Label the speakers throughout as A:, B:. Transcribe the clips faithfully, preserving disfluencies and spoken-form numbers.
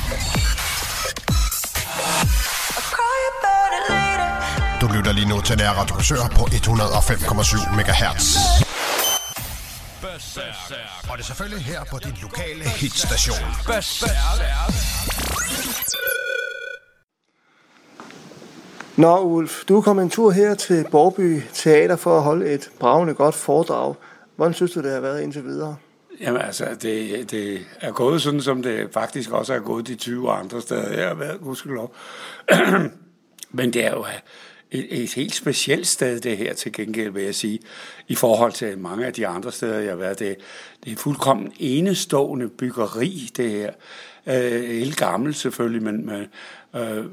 A: Du lytter lige nu til Nærradio Korsør på et hundrede og fem komma syv megahertz. Og det er selvfølgelig her på din lokale hitstation.
B: Nå Ulf, du er kommet en tur her til Borgby Teater for at holde et bragende godt foredrag. Hvordan synes du, det har været indtil videre?
C: Jamen altså, det, det er gået sådan, som det faktisk også er gået de tyve andre steder. Jeg har været, gudskelov. Men det er jo et, et helt specielt sted, det her til gengæld, vil jeg sige, i forhold til mange af de andre steder, jeg har været. Det, det er fuldkommen enestående byggeri, det her. Øh, helt gammelt selvfølgelig, men, men, øh,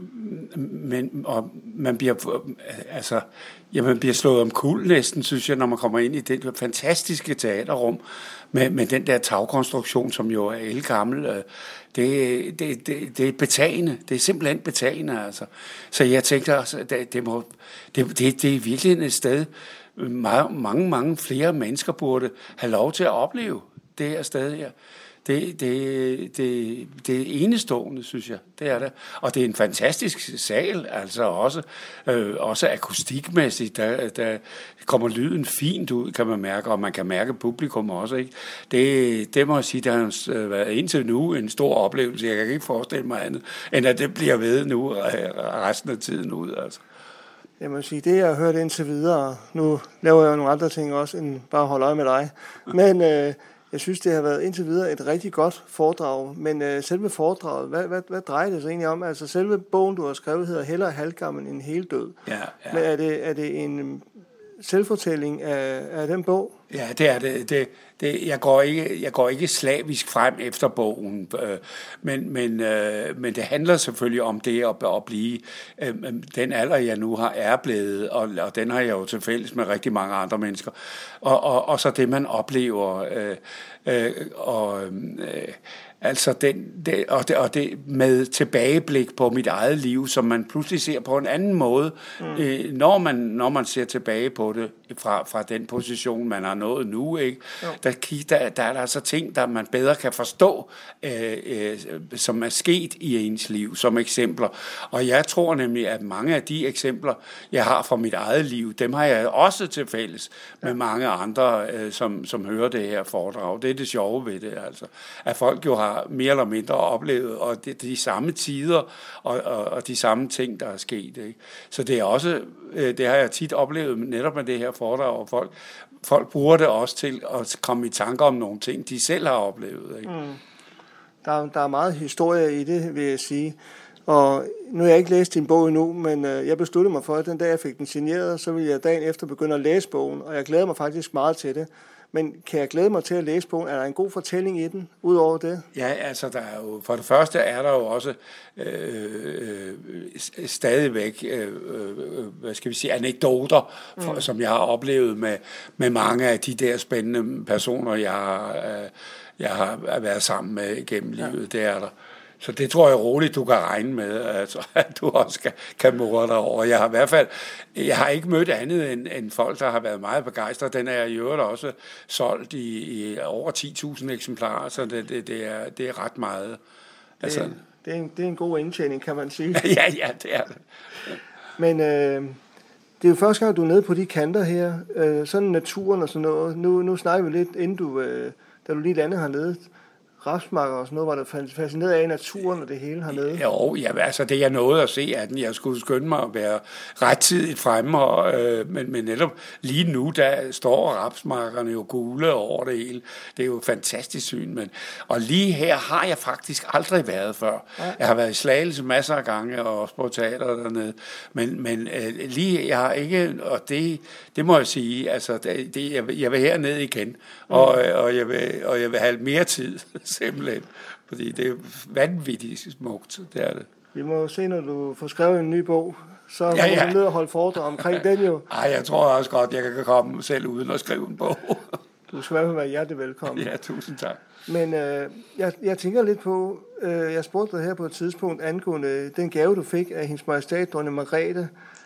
C: men og man bliver altså, ja, man bliver slået om kul næsten, synes jeg, når man kommer ind i det fantastiske teaterrum med, med den der tagkonstruktion, som jo er helt gammel. Øh, det, det, det, det er betagende. Det er simpelthen betagende, altså. Så jeg tænkte også, det, det, må, det, det, det er virkelig et sted, mange, mange, mange flere mennesker burde have lov til at opleve det her sted her. Det, det, det, det er enestående, synes jeg. Det er det. Og det er en fantastisk sal, altså også, øh, også akustikmæssigt. Der, der kommer lyden fint ud, kan man mærke, og man kan mærke publikum også. Ikke? Det, det må jeg sige, der har været indtil nu en stor oplevelse. Jeg kan ikke forestille mig andet, end at det bliver ved nu resten af tiden ud. Altså.
B: Jeg må sige, det jeg har hørt indtil videre, nu laver jeg jo nogle andre ting også, end bare at holde øje med dig. Men øh, jeg synes, det har været indtil videre et rigtig godt foredrag, men øh, selve foredraget, hvad, hvad, hvad drejer det sig egentlig om? Altså selve bogen, du har skrevet, hedder Hellere halvgammel end heldød.
C: Ja, ja.
B: Men er det, er det en selvfortælling af, af den bog?
C: Ja, det er det. det, det jeg, går ikke, jeg går ikke slavisk frem efter bogen, øh, men, men, øh, men det handler selvfølgelig om det at, at blive øh, den alder, jeg nu har er blevet, og, og den har jeg jo til fælles med rigtig mange andre mennesker. Og, og, og så det, man oplever, øh, øh, og øh, altså den, det, og, det, og det med tilbageblik på mit eget liv, som man pludselig ser på en anden måde, mm. øh, når, man, når man ser tilbage på det fra, fra den position, man har nået nu, ikke? Der, der, der er der altså ting, der man bedre kan forstå, øh, øh, som er sket i ens liv, som eksempler. Og jeg tror nemlig, at mange af de eksempler, jeg har fra mit eget liv, dem har jeg også til fælles med ja. mange andre, øh, som, som hører det her foredrag. Det er det sjove ved det, altså. At folk jo har mere eller mindre oplevet, og det, de samme tider, og, og, og de samme ting, der er sket. Ikke? Så det er også, øh, det har jeg tit oplevet netop med det her foredrag, og folk, folk bruger det også til at komme i tanker om nogle ting, de selv har oplevet. Ikke? Mm.
B: Der, der er meget historie i det, vil jeg sige. Og nu har jeg ikke læst din bog endnu, men øh, jeg besluttede mig for, at den dag jeg fik den signeret, så ville jeg dagen efter begynde at læse bogen, og jeg glæder mig faktisk meget til det. Men kan jeg glæde mig til at læse bogen? Er der en god fortælling i den, udover det?
C: Ja, altså der er jo, for det første er der jo også øh, øh, stadigvæk, øh, øh, hvad skal vi sige, anekdoter, for, mm. som jeg har oplevet med, med mange af de der spændende personer, jeg har, øh, jeg har været sammen med gennem livet. Ja. Det er der. Så det tror jeg roligt, du kan regne med, altså, at du også kan, kan more dig over. Jeg har i hvert fald, jeg har ikke mødt andet end, end folk, der har været meget begejstrede. Den er i øvrigt også solgt i, i over ti tusind eksemplarer, så det, det, det, er, det er ret meget. Altså,
B: det, det, er en, det er en god indtjening, kan man sige.
C: ja, ja, det er det. Ja.
B: Men øh, det er jo første gang, du er nede på de kanter her, øh, sådan naturen og sådan noget. Nu, nu snakker vi lidt, inden du, øh, da du lige landede hernede, rapsmarker og sådan noget, var der fascineret af naturen og det hele hernede?
C: Jo, ja, altså det jeg nåede at se af den, jeg skulle skynde mig at være rettidigt fremme, og, øh, men, men netop lige nu, der står rapsmarkerne jo gule over det hele. Det er jo et fantastisk syn, men, og lige her har jeg faktisk aldrig været før. Ja. Jeg har været i Slagelse masser af gange, og også på teater dernede, men, men øh, lige, jeg har ikke, og det, det må jeg sige, altså det, det, jeg, jeg vil herned igen, mm. og, og, jeg vil, og jeg vil have mere tid, simpelthen, fordi det er vanvittigt smukt, det er det.
B: Vi må se, når du får skrevet en ny bog, så må
C: ja, ja.
B: du ned og holde foredrag omkring den jo.
C: Ej, jeg tror også godt, jeg kan komme selv uden at skrive en bog.
B: Du skal i hvert fald være hjertelig velkommen.
C: Ja, tusind tak.
B: Men øh, jeg, jeg tænker lidt på, øh, jeg spurgte dig her på et tidspunkt angående den gave, du fik af hendes majestæt, dronning Margrethe.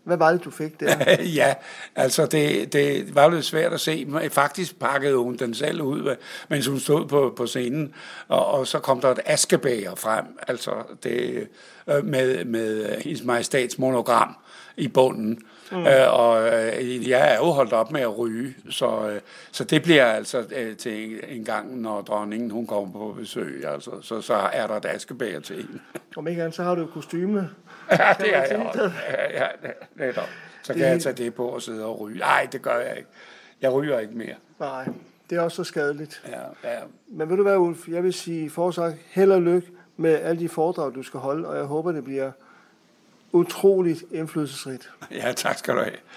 B: Hvad var det, du fik der?
C: Ja, altså det, det var lidt svært at se. Faktisk pakkede hun den selv ud, mens hun stod på, på scenen, og, og så kom der et askebæger frem, altså det, med, med Hendes Majestæts monogram i bunden. Mm. Øh, og øh, jeg er jo holdt op med at ryge, så, øh, så det bliver altså øh, til en gang, når dronningen hun kommer på besøg, altså, så, så er der et askebæger til hende.
B: Om ikke andet, så har du kostyme.
C: Ja, det er jeg også. Ja, ja, netop. Så kan det... jeg tage det på og sidde og ryge. Nej, det gør jeg ikke. Jeg ryger ikke mere.
B: Nej, det er også så skadeligt.
C: Ja, ja.
B: Men ved du hvad, Ulf? Jeg vil sige forsagt held og lykke med alle de foredrag, du skal holde, og jeg håber, det bliver utroligt indflydelsesrigt.
C: Ja, tak skal du have.